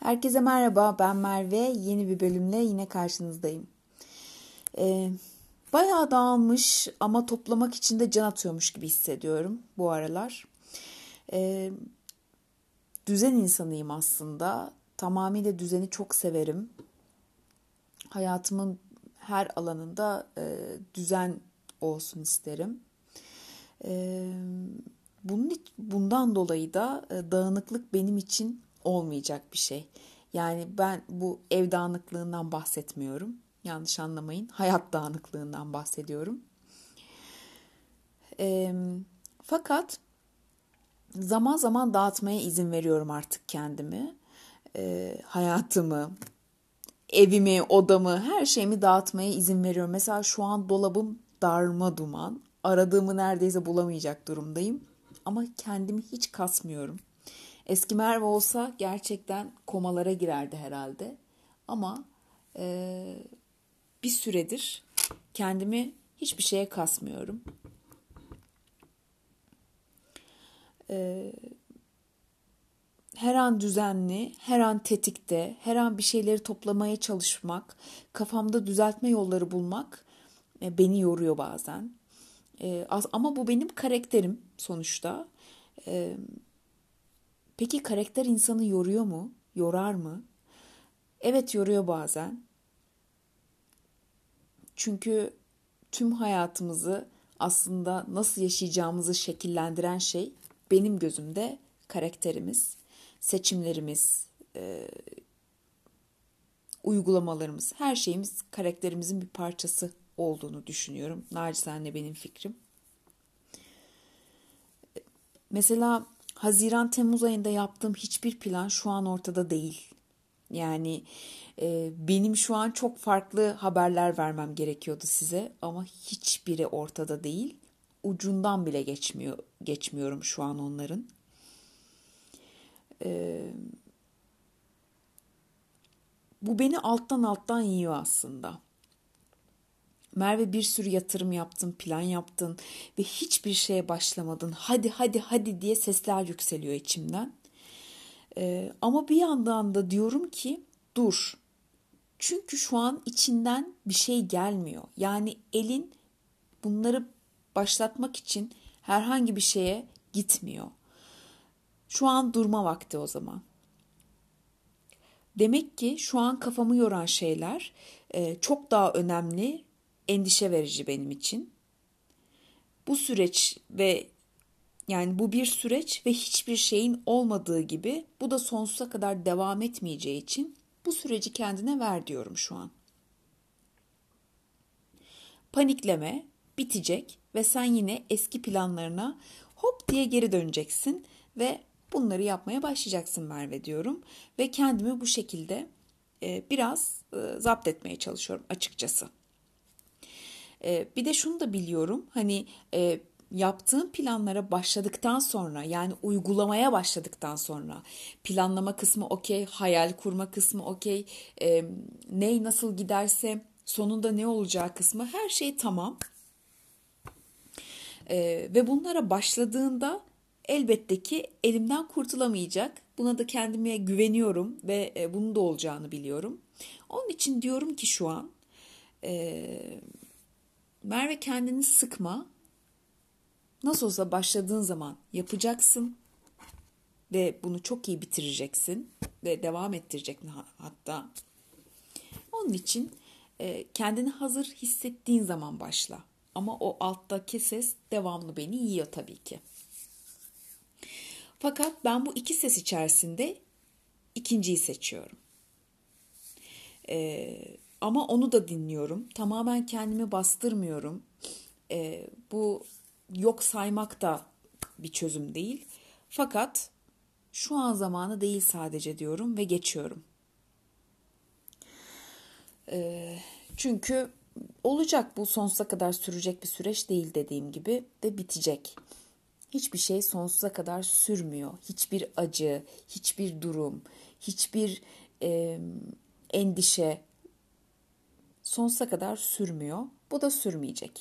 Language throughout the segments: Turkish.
Herkese merhaba, ben Merve. Yeni bir bölümle yine karşınızdayım. Ee, Bayağı dağılmış ama toplamak için de can atıyormuş gibi hissediyorum bu aralar. Ee, Düzen insanıyım aslında. Tamamıyla düzeni çok severim. Hayatımın her alanında düzen olsun isterim. Ee, bundan dolayı da dağınıklık benim için olmayacak bir şey. Yani ben bu ev dağınıklığından bahsetmiyorum. Yanlış anlamayın. Hayat dağınıklığından bahsediyorum. Ee, Fakat zaman zaman dağıtmaya izin veriyorum artık kendimi. Hayatımı, evimi, odamı, her şeyimi dağıtmaya izin veriyorum. Mesela şu an dolabım darmaduman. Aradığımı neredeyse bulamayacak durumdayım. Ama kendimi hiç kasmıyorum. Eski Merve olsa gerçekten komalara girerdi herhalde. Ama bir süredir kendimi hiçbir şeye kasmıyorum. Her an düzenli, her an tetikte, her an bir şeyleri toplamaya çalışmak, kafamda düzeltme yolları bulmak beni yoruyor bazen. Ama bu benim karakterim sonuçta. E, peki karakter insanı yoruyor mu? Yorar mı? Evet, yoruyor bazen. Çünkü tüm hayatımızı aslında nasıl yaşayacağımızı şekillendiren şey benim gözümde karakterimiz, seçimlerimiz, uygulamalarımız, her şeyimiz karakterimizin bir parçası olduğunu düşünüyorum. Naçizane benim fikrim. Mesela Haziran-Temmuz ayında yaptığım hiçbir plan şu an ortada değil. Yani benim şu an çok farklı haberler vermem gerekiyordu size ama hiçbiri ortada değil. Ucundan bile geçmiyorum şu an onların. Bu beni alttan alttan yiyor aslında. Merve, bir sürü yatırım yaptın, plan yaptın ve hiçbir şeye başlamadın. Hadi hadi hadi diye sesler yükseliyor içimden. Ama bir yandan da diyorum ki dur. Çünkü şu an içinden bir şey gelmiyor. Yani elin bunları başlatmak için herhangi bir şeye gitmiyor. Şu an durma vakti o zaman. Demek ki şu an kafamı yoran şeyler çok daha önemli, endişe verici benim için. Bu süreç ve yani bu bir süreç ve hiçbir şeyin olmadığı gibi bu da sonsuza kadar devam etmeyeceği için bu süreci kendine ver diyorum şu an. Panikleme, bitecek ve sen yine eski planlarına hop diye geri döneceksin ve bunları yapmaya başlayacaksın Merve diyorum. Ve kendimi bu şekilde biraz zapt etmeye çalışıyorum açıkçası. Bir de şunu da biliyorum, hani yaptığın planlara başladıktan sonra, yani uygulamaya başladıktan sonra, planlama kısmı okey, hayal kurma kısmı okey, ney nasıl giderse sonunda ne olacağı kısmı, her şey tamam. Ve bunlara başladığında elbette ki elimden kurtulamayacak. Buna da kendime güveniyorum ve bunun da olacağını biliyorum. Onun için diyorum ki şu an Merve, kendini sıkma. Nasıl olsa başladığın zaman yapacaksın ve bunu çok iyi bitireceksin ve devam ettireceksin hatta. Onun için kendini hazır hissettiğin zaman başla. Ama o alttaki ses devamlı beni yiyor tabii ki. Fakat ben bu iki ses içerisinde ikinciyi seçiyorum. Ama onu da dinliyorum. Tamamen kendimi bastırmıyorum. Bu yok saymak da bir çözüm değil. Fakat şu an zamanı değil sadece diyorum ve geçiyorum. Çünkü olacak, bu sonsuza kadar sürecek bir süreç değil dediğim gibi ve bitecek. Hiçbir şey sonsuza kadar sürmüyor. Hiçbir acı, hiçbir durum, hiçbir endişe sonsuza kadar sürmüyor. Bu da sürmeyecek.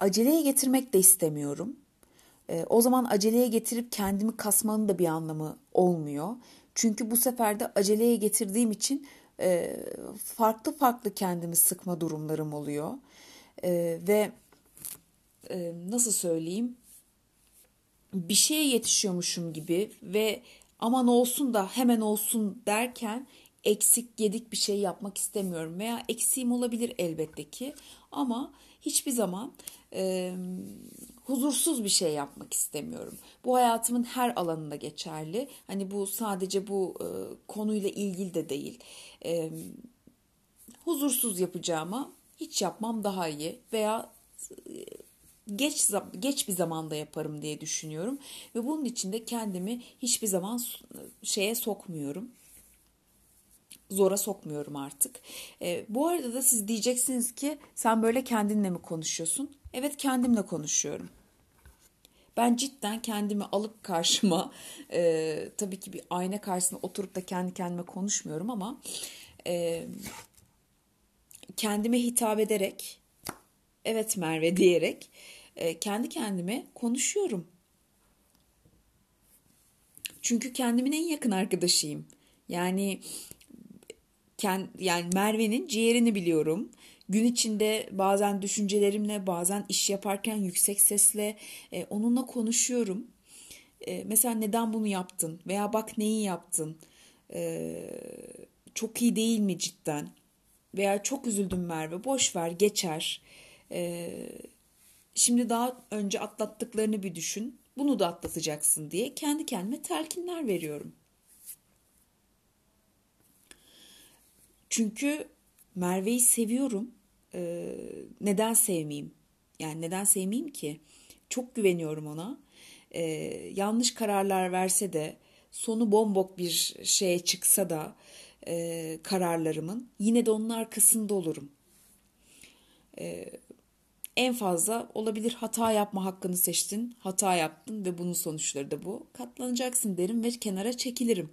aceleye getirmek de istemiyorum. O zaman aceleye getirip kendimi kasmanın da bir anlamı olmuyor. Çünkü bu sefer de aceleye getirdiğim için farklı farklı kendimi sıkma durumlarım oluyor. Ve nasıl söyleyeyim, bir şeye yetişiyormuşum gibi ve aman olsun da hemen olsun derken eksik gedik bir şey yapmak istemiyorum. Veya eksiğim olabilir elbette ki, ama hiçbir zaman huzursuz bir şey yapmak istemiyorum. Bu hayatımın her alanında geçerli. Hani bu sadece bu konuyla ilgili de değil. Huzursuz yapacağıma hiç yapmam daha iyi veya geç bir zamanda yaparım diye düşünüyorum ve bunun için de kendimi hiçbir zaman şeye sokmuyorum. Zora sokmuyorum artık. Bu arada da siz diyeceksiniz ki sen böyle kendinle mi konuşuyorsun? Evet, kendimle konuşuyorum. Ben cidden kendimi alıp karşıma, tabii ki bir ayna karşısında oturup da kendi kendime konuşmuyorum ama kendime hitap ederek, evet Merve diyerek kendi kendime konuşuyorum. Çünkü kendimin en yakın arkadaşıyım. Yani yani Merve'nin ciğerini biliyorum. Gün içinde bazen düşüncelerimle, bazen iş yaparken yüksek sesle onunla konuşuyorum. Mesela neden bunu yaptın? Veya bak neyi yaptın? E, Çok iyi değil mi cidden? Veya çok üzüldüm Merve, boş ver geçer. Şimdi daha önce atlattıklarını bir düşün. Bunu da atlatacaksın diye kendi kendime telkinler veriyorum. Çünkü Merve'yi seviyorum. Neden sevmeyeyim? Yani neden sevmeyeyim ki? Çok güveniyorum ona. Yanlış kararlar verse de, sonu bombok bir şeye çıksa da kararlarımın, yine de onun arkasında olurum. En fazla olabilir, hata yapma hakkını seçtin, hata yaptın ve bunun sonuçları da bu. Katlanacaksın derim ve kenara çekilirim.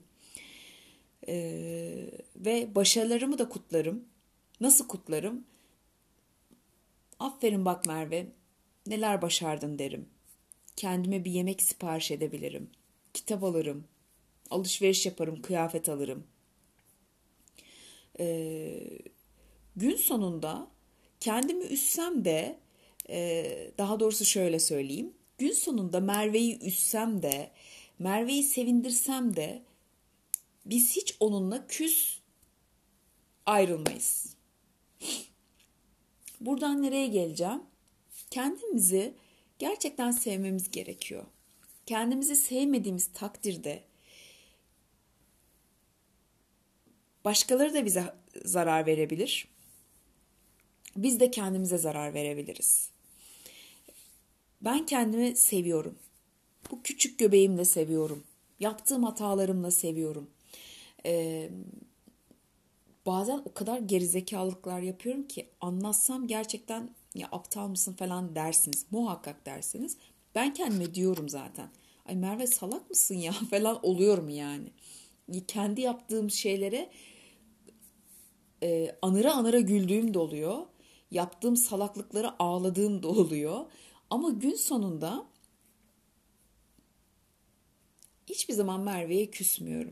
Ve başarılarımı da kutlarım. Nasıl kutlarım? Aferin bak Merve, neler başardın derim. Kendime bir yemek sipariş edebilirim. Kitap alırım. Alışveriş yaparım, kıyafet alırım. Gün sonunda kendimi üzsem de, daha doğrusu şöyle söyleyeyim. Gün sonunda Merve'yi üzsem de, Merve'yi sevindirsem de biz hiç onunla küs ayrılmayız. Buradan nereye geleceğim? Kendimizi gerçekten sevmemiz gerekiyor. Kendimizi sevmediğimiz takdirde başkaları da bize zarar verebilir. Biz de kendimize zarar verebiliriz. Ben kendimi seviyorum. Bu küçük göbeğimle seviyorum. Yaptığım hatalarımla seviyorum. Bazen o kadar gerizekalılıklar yapıyorum ki anlatsam gerçekten ya aptal mısın falan dersiniz. Muhakkak dersiniz. Ben kendime diyorum zaten. Ay Merve salak mısın ya falan oluyorum yani. Kendi yaptığım şeylere anıra anıra güldüğüm de oluyor. Yaptığım salaklıklara ağladığım da oluyor. Ama gün sonunda hiçbir zaman Merve'ye küsmüyorum.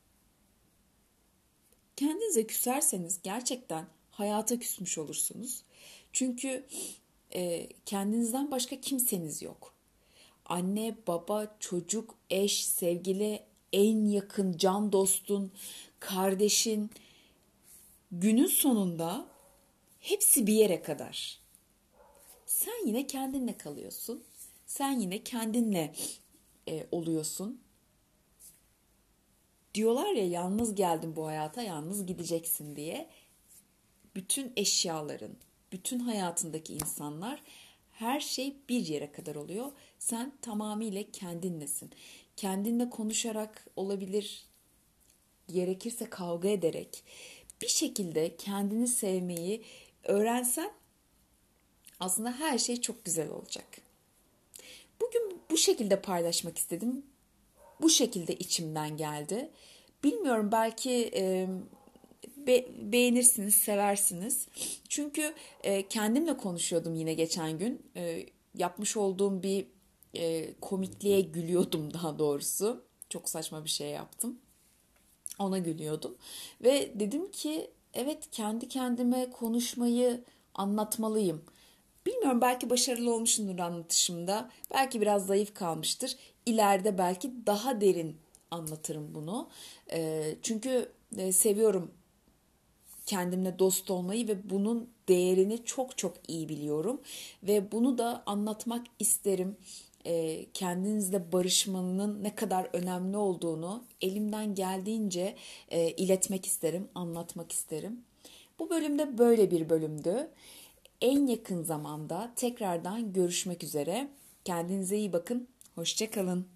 Kendinize küserseniz gerçekten hayata küsmüş olursunuz. Çünkü kendinizden başka kimseniz yok. Anne, baba, çocuk, eş, sevgili, en yakın can dostun, kardeşin, günün sonunda hepsi bir yere kadar. Sen yine kendinle kalıyorsun. Sen yine kendinle oluyorsun. Diyorlar ya, yalnız geldin bu hayata, yalnız gideceksin diye. Bütün eşyaların, bütün hayatındaki insanlar, her şey bir yere kadar oluyor. Sen tamamıyla kendinlesin. Kendinle konuşarak olabilir, gerekirse kavga ederek bir şekilde kendini sevmeyi öğrensen aslında her şey çok güzel olacak. Bugün bu şekilde paylaşmak istedim. Bu şekilde içimden geldi. Bilmiyorum, belki beğenirsiniz, seversiniz. Çünkü kendimle konuşuyordum yine geçen gün. Yapmış olduğum bir komikliğe gülüyordum daha doğrusu. Çok saçma bir şey yaptım. Ona gülüyordum. Ve dedim ki evet, kendi kendime konuşmayı anlatmalıyım. Bilmiyorum, belki başarılı olmuşumdur anlatışımda. Belki biraz zayıf kalmıştır. İleride belki daha derin anlatırım bunu. Çünkü seviyorum kendimle dost olmayı ve bunun değerini çok çok iyi biliyorum. Ve bunu da anlatmak isterim. Kendinizle barışmanın ne kadar önemli olduğunu elimden geldiğince iletmek isterim, anlatmak isterim. Bu bölümde böyle bir bölümdü. En yakın zamanda tekrardan görüşmek üzere. Kendinize iyi bakın. Hoşça kalın.